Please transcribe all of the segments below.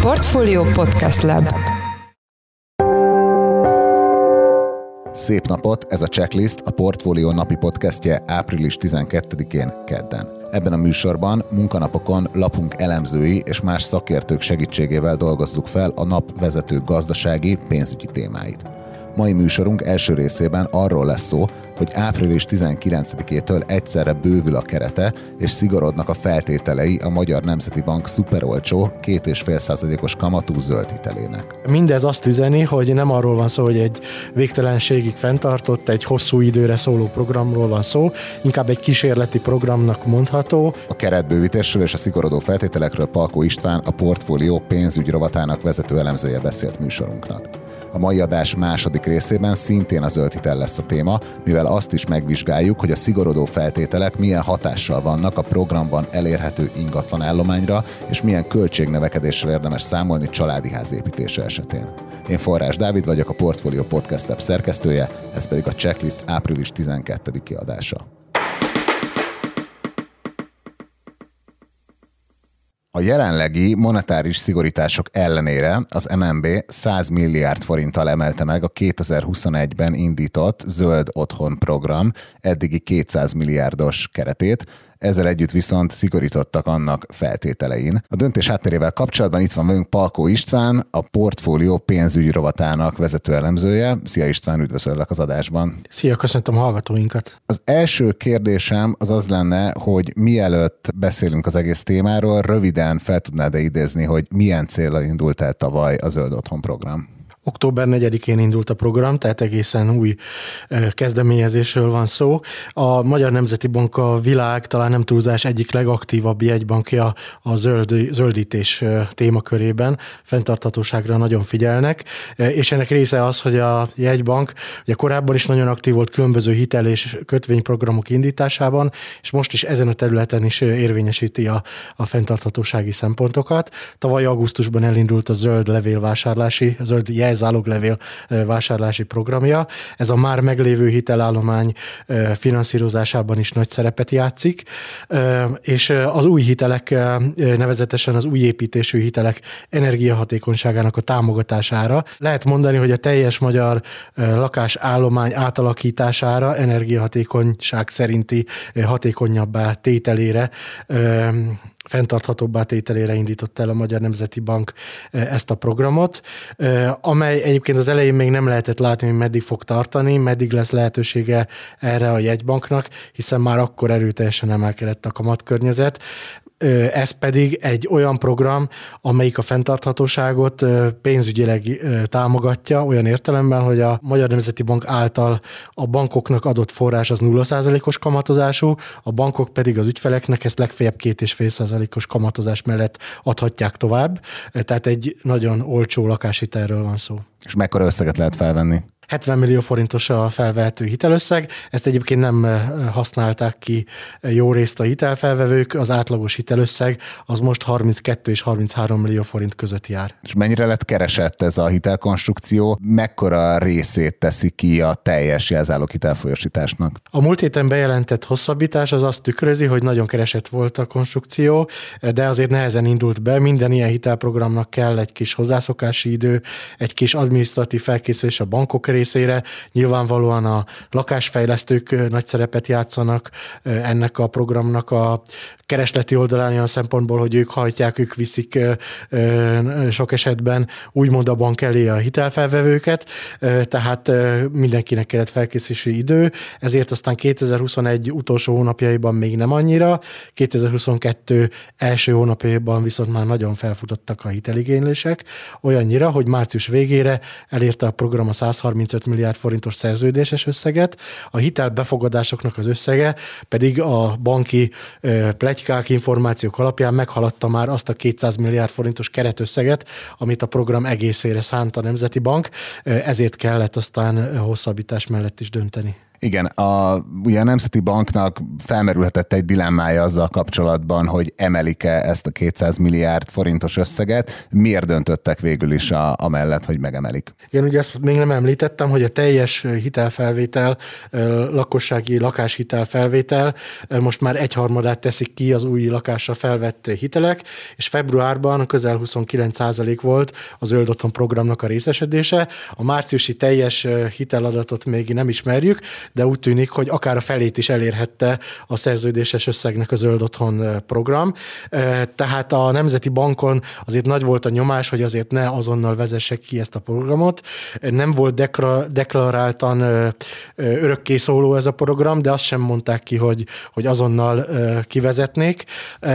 Portfolio Podcast Lab. Szép napot, ez a Checklist, a Portfolio napi podcastje április 12-én kedden. Ebben a műsorban munkanapokon lapunk elemzői és más szakértők segítségével dolgozzuk fel a nap vezető gazdasági, pénzügyi témáit. Mai műsorunk első részében arról lesz szó, hogy április 19-től egyszerre bővül a kerete, és szigorodnak a feltételei a Magyar Nemzeti Bank szuperolcsó 2,5%-os kamatú zöld hitelének. Mindez azt üzeni, hogy nem arról van szó, hogy egy végtelenségig fenntartott, egy hosszú időre szóló programról van szó, inkább egy kísérleti programnak mondható. A keretbővítésről és a szigorodó feltételekről Palkó István, a Portfolio pénzügy rovatának vezető elemzője beszélt műsorunknak. A mai adás második részében szintén a zöld hitel lesz a téma, mivel azt is megvizsgáljuk, hogy a szigorodó feltételek milyen hatással vannak a programban elérhető ingatlanállományra, és milyen költségnövekedéssel érdemes számolni családi ház építése esetén. Én Forrás Dávid vagyok, a Portfolio Podcast Lab szerkesztője, ez pedig a Checklist április 12-i adása. A jelenlegi monetáris szigorítások ellenére az MNB 100 milliárd forinttal emelte meg a 2021-ben indított Zöld Otthon program eddigi 200 milliárdos keretét, ezzel együtt viszont szigorítottak annak feltételein. A döntés hátterével kapcsolatban itt van velünk Palkó István, a Portfolio pénzügyi rovatának vezető elemzője. Szia István, üdvözöllek az adásban. Szia, köszöntöm a hallgatóinkat. Az első kérdésem az lenne, hogy mielőtt beszélünk az egész témáról, röviden fel tudnád-e idézni, hogy milyen céllal indult el tavaly a Zöld Otthon program? Október 4-én indult a program, tehát egészen új kezdeményezésről van szó. A Magyar Nemzeti Bank a világ talán nem túlzás egyik legaktívabb jegybankja a zöldítés témakörében, fenntarthatóságra nagyon figyelnek, és ennek része az, hogy a jegybank ugye korábban is nagyon aktív volt különböző hitel- és kötvényprogramok indításában, és most is ezen a területen is érvényesíti a fenntarthatósági szempontokat. Tavaly augusztusban elindult a zöld levélvásárlási, a zöld záloglevél vásárlási programja. Ez a már meglévő hitelállomány finanszírozásában is nagy szerepet játszik, és az új hitelek, nevezetesen az új építésű hitelek energiahatékonyságának a támogatására. Lehet mondani, hogy a teljes magyar lakásállomány átalakítására, energiahatékonyság szerinti hatékonyabbá tételére, fenntarthatóbbá tételére indított el a Magyar Nemzeti Bank ezt a programot, amely egyébként az elején még nem lehetett látni, hogy meddig fog tartani, meddig lesz lehetősége erre a jegybanknak, hiszen már akkor erőteljesen emelkedett a kamatkörnyezet. Ez pedig egy olyan program, amelyik a fenntarthatóságot pénzügyileg támogatja, olyan értelemben, hogy a Magyar Nemzeti Bank által a bankoknak adott forrás az 0%-os kamatozású, a bankok pedig az ügyfeleknek ezt legfeljebb 2,5%-os kamatozás mellett adhatják tovább. Tehát egy nagyon olcsó lakáshitelről van szó. És mekkora összeget lehet felvenni? 70 millió forintos a felvehető hitelösszeg, ezt egyébként nem használták ki jó részt a hitelfelvevők, az átlagos hitelösszeg az most 32 és 33 millió forint között jár. És mennyire lett keresett ez a hitelkonstrukció, mekkora részét teszi ki a teljes jelzálog hitelfolyósításnak? A múlt héten bejelentett hosszabbítás az azt tükrözi, hogy nagyon keresett volt a konstrukció, de azért nehezen indult be, minden ilyen hitelprogramnak kell egy kis hozzászokási idő, egy kis adminisztratív felkészülés a bankok részére. Nyilvánvalóan a lakásfejlesztők nagy szerepet játszanak ennek a programnak a keresleti oldalán olyan szempontból, hogy ők hajtják, ők viszik sok esetben úgymond a bank elé a hitelfelvevőket, tehát mindenkinek kellett felkészülési idő, ezért aztán 2021 utolsó hónapjaiban még nem annyira, 2022 első hónapjaiban viszont már nagyon felfutottak a hiteligénylések, olyannyira, hogy március végére elérte a program a 135 milliárd forintos szerződéses összeget, a hitelbefogadásoknak az összege pedig a banki pletykák, információk alapján meghaladta már azt a 200 milliárd forintos keretösszeget, amit a program egészére szánt a Nemzeti Bank, ezért kellett aztán hosszabbítás mellett is dönteni. Igen, ugye a Nemzeti Banknak felmerülhetett egy dilemmája azzal kapcsolatban, hogy emelik-e ezt a 200 milliárd forintos összeget. Miért döntöttek végül is amellett, hogy megemelik? Igen, ugye ezt még nem említettem, hogy a teljes hitelfelvétel, lakossági lakáshitelfelvétel most már 1/3 teszik ki az új lakásra felvett hitelek, és februárban közel 29% volt a Zöld Otthon programnak a részesedése. A márciusi teljes hiteladatot még nem ismerjük, de úgy tűnik, hogy akár a felét is elérhette a szerződéses összegnek a Zöld Otthon program. Tehát a Nemzeti Bankon azért nagy volt a nyomás, hogy azért ne azonnal vezessek ki ezt a programot. Nem volt deklaráltan örökkészóló ez a program, de azt sem mondták ki, hogy azonnal kivezetnék.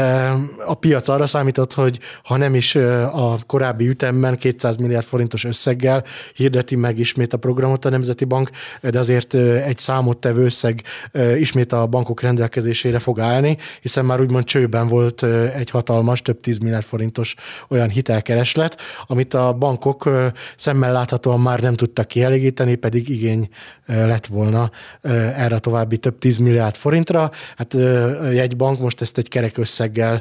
A piac arra számított, hogy ha nem is a korábbi ütemben 200 milliárd forintos összeggel hirdeti meg ismét a programot a Nemzeti Bank, de azért egy számottevő összeg ismét a bankok rendelkezésére fog állni, hiszen már úgymond csőben volt egy hatalmas, több 10 milliárd forintos olyan hitelkereslet, amit a bankok szemmel láthatóan már nem tudtak kielégíteni, pedig igény lett volna erre a további több 10 milliárd forintra. Hát a jegybank most ezt egy kerek összeggel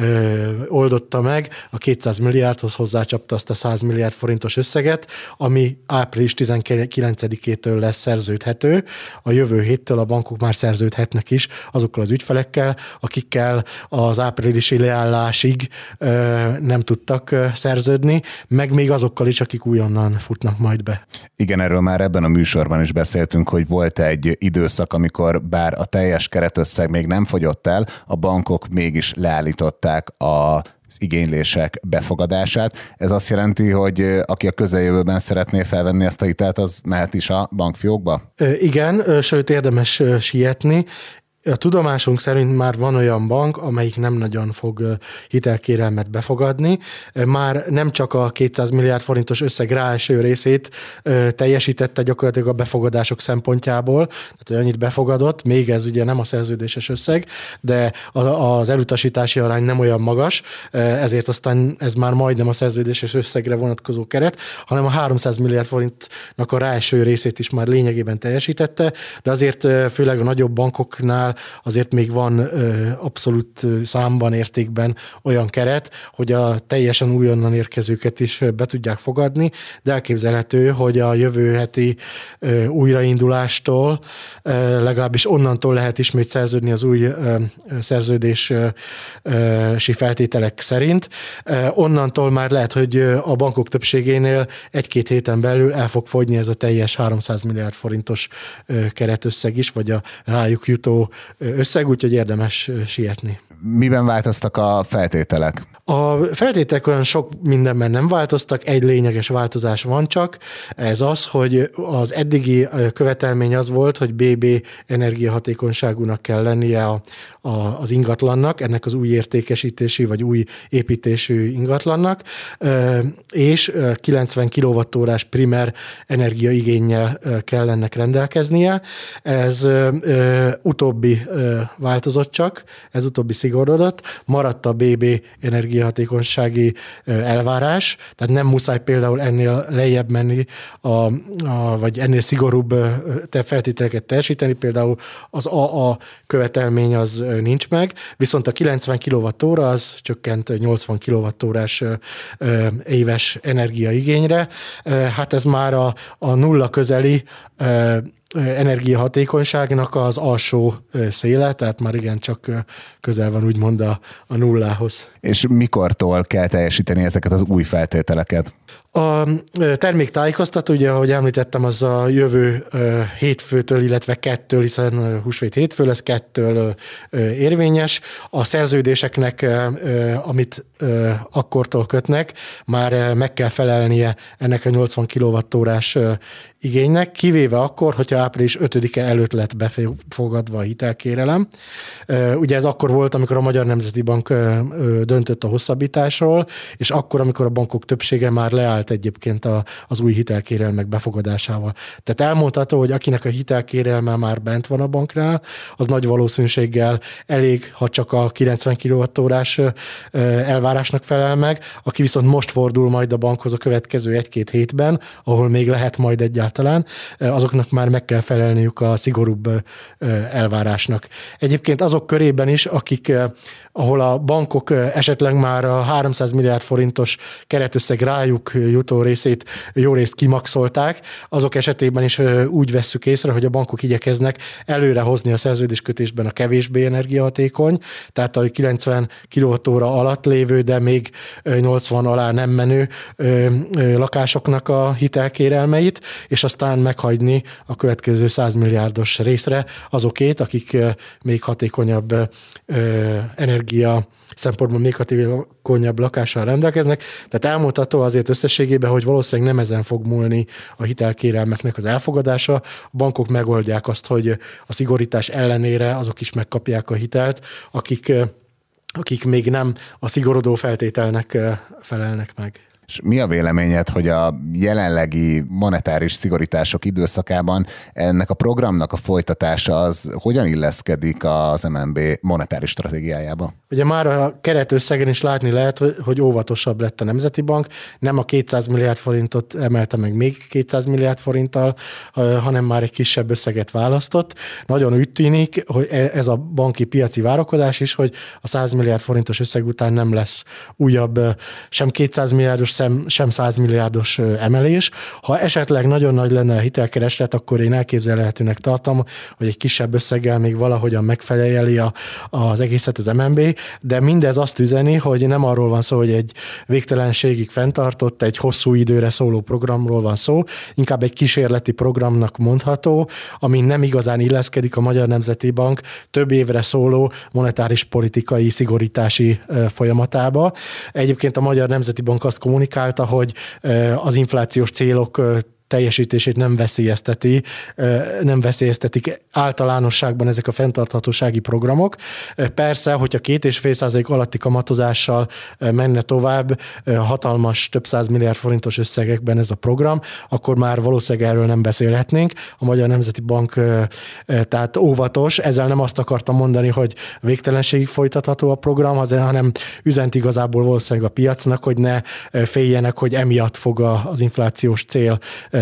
oldotta meg, a 200 milliárdhoz hozzácsapta azt a 100 milliárd forintos összeget, ami április 19-től lesz szerződhető. A jövő héttől a bankok már szerződhetnek is azokkal az ügyfelekkel, akikkel az áprilisi leállásig nem tudtak szerződni, meg még azokkal is, akik újonnan futnak majd be. Igen, erről már ebben a műsorban is beszéltünk, hogy volt egy időszak, amikor bár a teljes keretösszeg még nem fogyott el, a bankok mégis leállították az igénylések befogadását. Ez azt jelenti, hogy aki a közeljövőben szeretné felvenni ezt a hitelt, az mehet is a bankfiókba? Igen, sőt érdemes sietni. A tudomásunk szerint már van olyan bank, amelyik nem nagyon fog hitelkérelmet befogadni. Már nem csak a 200 milliárd forintos összeg ráeső részét teljesítette gyakorlatilag a befogadások szempontjából, tehát hogy annyit befogadott, még ez ugye nem a szerződéses összeg, de az elutasítási arány nem olyan magas, ezért aztán ez már majdnem a szerződéses összegre vonatkozó keret, hanem a 300 milliárd forintnak a ráeső részét is már lényegében teljesítette, de azért főleg a nagyobb bankoknál azért még van abszolút számban, értékben olyan keret, hogy a teljesen újonnan érkezőket is be tudják fogadni, de elképzelhető, hogy a jövő heti újraindulástól legalábbis onnantól lehet ismét szerződni az új szerződési feltételek szerint. Onnantól már lehet, hogy a bankok többségénél 1-2 héten belül el fog fogyni ez a teljes 300 milliárd forintos keretösszeg is, vagy a rájuk jutó összeg, úgyhogy érdemes sietni. Miben változtak a feltételek? A feltételek olyan sok mindenben nem változtak, egy lényeges változás van csak, ez az, hogy az eddigi követelmény az volt, hogy BB energiahatékonyságúnak kell lennie az ingatlannak, ennek az új értékesítési vagy új építésű ingatlannak, és 90 kWh-s primer energiaigénnyel kell ennek rendelkeznie. Ez utóbbi változott csak, ez utóbbi szigorodott, maradt a BB energiahatékonysági elvárás, tehát nem muszáj például ennél lejjebb menni, vagy ennél szigorúbb feltételeket teljesíteni, például az AA követelmény az nincs meg, viszont a 90 kWh az csökkent 80 kWh-s éves energiaigényre. Hát ez már a nulla közeli energiahatékonyságnak az alsó széle, tehát már igen csak közel van úgymond a nullához. És mikortól kell teljesíteni ezeket az új feltételeket? A terméktájékoztató, ugye, ahogy említettem, az a jövő hétfőtől, illetve 2-től, hiszen húsvét hétfő lesz, 2-től érvényes. A szerződéseknek, amit akkortól kötnek, már meg kell felelnie ennek a 80 kWh-s igénynek, kivéve akkor, hogyha április 5-e előtt lett befogadva a hitelkérelem. Ugye ez akkor volt, amikor a Magyar Nemzeti Bank döntött a hosszabbításról, és akkor, amikor a bankok többsége már leállt egyébként az új hitelkérelmek befogadásával. Tehát elmondható, hogy akinek a hitelkérelme már bent van a banknál, az nagy valószínűséggel elég, ha csak a 90 kWh-s elvárásnak felel meg, aki viszont most fordul majd a bankhoz a következő 1-2 hétben, ahol még lehet majd egyáltalán, azoknak már meg kell felelniük a szigorúbb elvárásnak. Egyébként azok körében is, ahol a bankok esetleg már a 300 milliárd forintos keretösszeg rájuk jutó részét jó részt kimaxolták, azok esetében is úgy vesszük észre, hogy a bankok igyekeznek előre hozni a szerződéskötésben a kevésbé energiahatékony, tehát a 90 kWh alatt lévő, de még 80 alá nem menő lakásoknak a hitelkérelmeit, és aztán meghagyni a következő 100 milliárdos részre azokét, akik még hatékonyabb energia szempontból még hatékonyabb lakással rendelkeznek. Tehát elmondható azért összességében, hogy valószínűleg nem ezen fog múlni a hitelkérelmeknek az elfogadása. A bankok megoldják azt, hogy a szigorítás ellenére azok is megkapják a hitelt, akik még nem a szigorodó feltételnek felelnek meg. És mi a véleményed, hogy a jelenlegi monetáris szigorítások időszakában ennek a programnak a folytatása az hogyan illeszkedik az MNB monetáris stratégiájába? Ugye már a keretösszegen is látni lehet, hogy óvatosabb lett a Nemzeti Bank, nem a 200 milliárd forintot emelte meg még 200 milliárd forinttal, hanem már egy kisebb összeget választott. Nagyon úgy tűnik, hogy ez a banki piaci várakozás is, hogy a 100 milliárd forintos összeg után nem lesz újabb sem 200 milliárdos, sem 100 milliárdos emelés. Ha esetleg nagyon nagy lenne a hitelkereslet, akkor én elképzelhetőnek tartom, hogy egy kisebb összeggel még valahogyan megfeleli az egészet az MNB, de mindez azt üzeni, hogy nem arról van szó, hogy egy végtelenségig fenntartott, egy hosszú időre szóló programról van szó, inkább egy kísérleti programnak mondható, ami nem igazán illeszkedik a Magyar Nemzeti Bank több évre szóló monetáris politikai szigorítási folyamatába. Egyébként a Magyar Nemzeti Bank azt kommunikálta, hogy az inflációs célok teljesítését nem veszélyeztetik általánosságban ezek a fenntarthatósági programok. Persze, hogyha 2,5% alatti kamatozással menne tovább hatalmas, több 100 milliárd forintos összegekben ez a program, akkor már valószínűleg erről nem beszélhetnénk. A Magyar Nemzeti Bank tehát óvatos, ezzel nem azt akartam mondani, hogy végtelenségig folytatható a program, hanem üzent igazából valószínűleg a piacnak, hogy ne féljenek, hogy emiatt fog az inflációs cél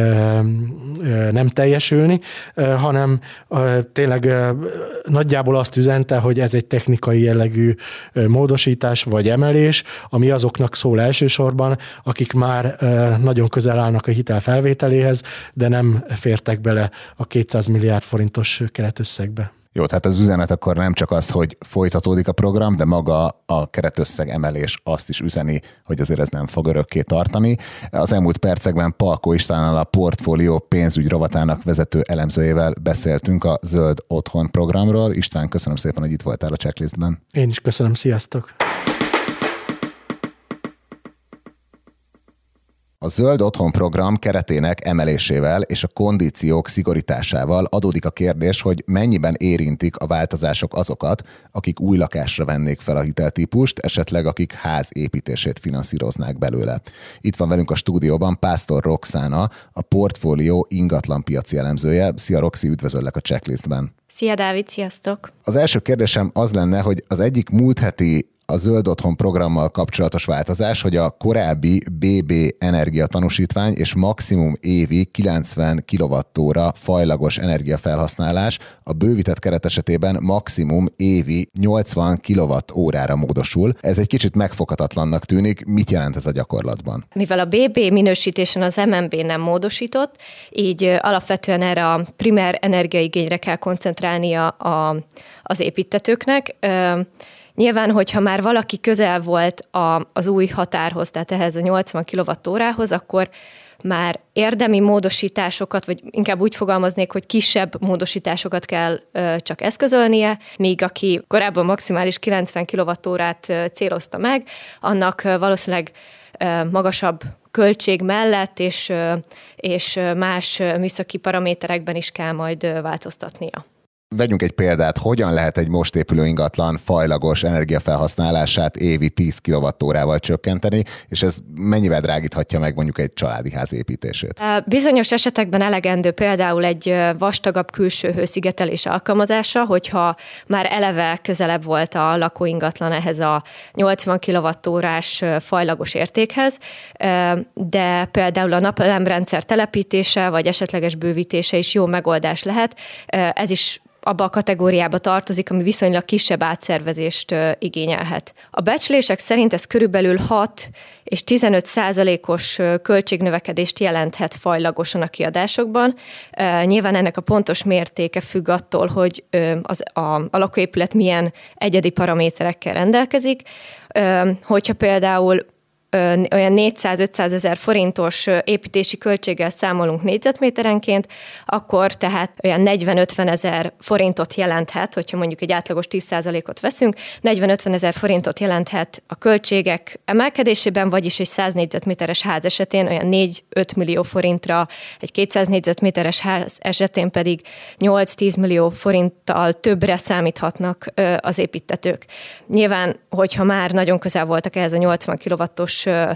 nem teljesülni, hanem tényleg nagyjából azt üzente, hogy ez egy technikai jellegű módosítás vagy emelés, ami azoknak szól elsősorban, akik már nagyon közel állnak a hitel felvételéhez, de nem fértek bele a 200 milliárd forintos keretösszegbe. Jó, tehát az üzenet akkor nem csak az, hogy folytatódik a program, de maga a keretösszeg emelés azt is üzeni, hogy azért ez nem fog örökké tartani. Az elmúlt percekben Palkó Istvánnal, a Portfólió pénzügy rovatának vezető elemzőjével beszéltünk a Zöld Otthon programról. István, köszönöm szépen, hogy itt voltál a checklistben. Én is köszönöm, sziasztok! A Zöld Otthon program keretének emelésével és a kondíciók szigorításával adódik a kérdés, hogy mennyiben érintik a változások azokat, akik új lakásra vennék fel a hiteltípust, esetleg akik ház építését finanszíroznák belőle. Itt van velünk a stúdióban Pásztor Roxana, a Portfólió ingatlanpiaci elemzője. Szia Roxi, üdvözöllek a checklistben. Szia Dávid, sziasztok! Az első kérdésem az lenne, hogy az egyik múlt heti a Zöld Otthon programmal kapcsolatos változás, hogy a korábbi BB energiatanúsítvány és maximum évi 90 kWh fajlagos energiafelhasználás a bővített keret esetében maximum évi 80 kWh-ra módosul. Ez egy kicsit megfoghatatlannak tűnik. Mit jelent ez a gyakorlatban? Mivel a BB minősítésen az MNB nem módosított, így alapvetően erre a primer energiaigényre kell koncentrálnia az építtetőknek. Nyilván, hogyha már valaki közel volt az új határhoz, tehát ehhez a 80 kWh-hoz, akkor már érdemi módosításokat, vagy inkább úgy fogalmaznék, hogy kisebb módosításokat kell csak eszközölnie, míg aki korábban maximális 90 kWh-t célozta meg, annak valószínűleg magasabb költség mellett és más műszaki paraméterekben is kell majd változtatnia. Vegyünk egy példát, hogyan lehet egy most épülő ingatlan fajlagos energiafelhasználását évi 10 kWh-val csökkenteni, és ez mennyivel drágíthatja meg mondjuk egy családi ház építését? Bizonyos esetekben elegendő például egy vastagabb külső hőszigetelés alkalmazása, hogyha már eleve közelebb volt a lakóingatlan ehhez a 80 kWh-s fajlagos értékhez, de például a napelemrendszer telepítése vagy esetleges bővítése is jó megoldás lehet. Ez is abba a kategóriába tartozik, ami viszonylag kisebb átszervezést igényelhet. A becslések szerint ez körülbelül 6 és 15%-os költségnövekedést jelenthet fajlagosan a kiadásokban. Nyilván ennek a pontos mértéke függ attól, hogy a lakóépület milyen egyedi paraméterekkel rendelkezik. Hogyha például olyan 400-500 ezer forintos építési költséggel számolunk négyzetméterenként, akkor tehát olyan 40-50 ezer forintot jelenthet, hogyha mondjuk egy átlagos 10%-ot veszünk, 40-50 ezer forintot jelenthet a költségek emelkedésében, vagyis egy 100 négyzetméteres ház esetén olyan 4-5 millió forintra, egy 200 négyzetméteres ház esetén pedig 8-10 millió forinttal többre számíthatnak az építtetők. Nyilván, hogyha már nagyon közel voltak ehhez a 80 kW-os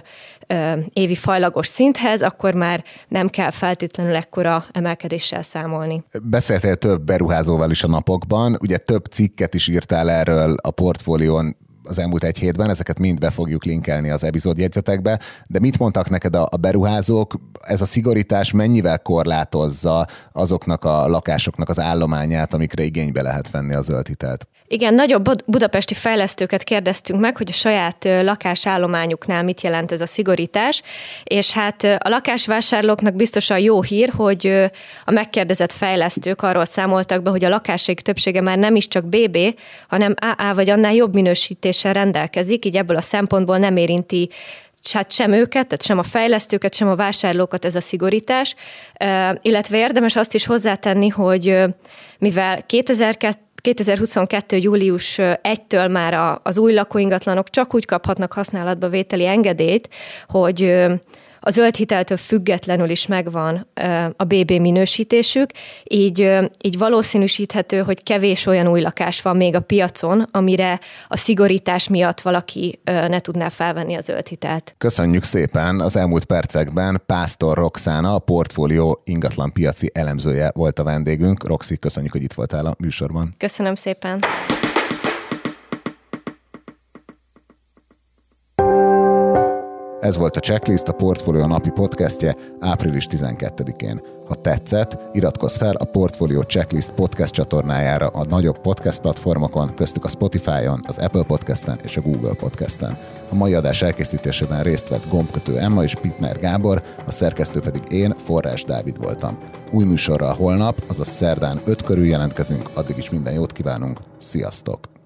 évi fajlagos szinthez, akkor már nem kell feltétlenül ekkora emelkedéssel számolni. Beszéltél több beruházóval is a napokban, ugye több cikket is írtál erről a portfólión az elmúlt egy hétben, ezeket mind be fogjuk linkelni az epizódjegyzetekbe, de mit mondtak neked a beruházók? Ez a szigorítás mennyivel korlátozza azoknak a lakásoknak az állományát, amikre igénybe lehet venni a zöld hitelt? Igen, nagyobb budapesti fejlesztőket kérdeztünk meg, hogy a saját lakásállományuknál mit jelent ez a szigorítás, és hát a lakásvásárlóknak biztosan jó hír, hogy a megkérdezett fejlesztők arról számoltak be, hogy a lakásaik többsége már nem is csak BB, hanem AA vagy annál jobb minősítéssel rendelkezik, így ebből a szempontból nem érinti sem őket, tehát sem a fejlesztőket, sem a vásárlókat ez a szigorítás, illetve érdemes azt is hozzátenni, hogy mivel 2022. július 1-től már az új lakóingatlanok csak úgy kaphatnak használatba vételi engedélyt, hogy a zöld hiteltől függetlenül is megvan a BB minősítésük, így valószínűsíthető, hogy kevés olyan új lakás van még a piacon, amire a szigorítás miatt valaki ne tudná felvenni a zöld hitelt. Köszönjük szépen! Az elmúlt percekben Pásztor Roxana, a portfólió ingatlanpiaci elemzője volt a vendégünk. Roxi, köszönjük, hogy itt voltál a műsorban. Köszönöm szépen! Ez volt a Checklist, a Portfólió napi podcastje április 12-én. Ha tetszett, iratkozz fel a Portfólió Checklist podcast csatornájára a nagyobb podcast platformokon, köztük a Spotify-on, az Apple Podcasten és a Google Podcasten. A mai adás elkészítésében részt vett gombkötő Emma és Pitner Gábor, a szerkesztő pedig én, Forrás Dávid voltam. Új műsorral holnap, azaz szerdán 5 körül jelentkezünk, addig is minden jót kívánunk, sziasztok!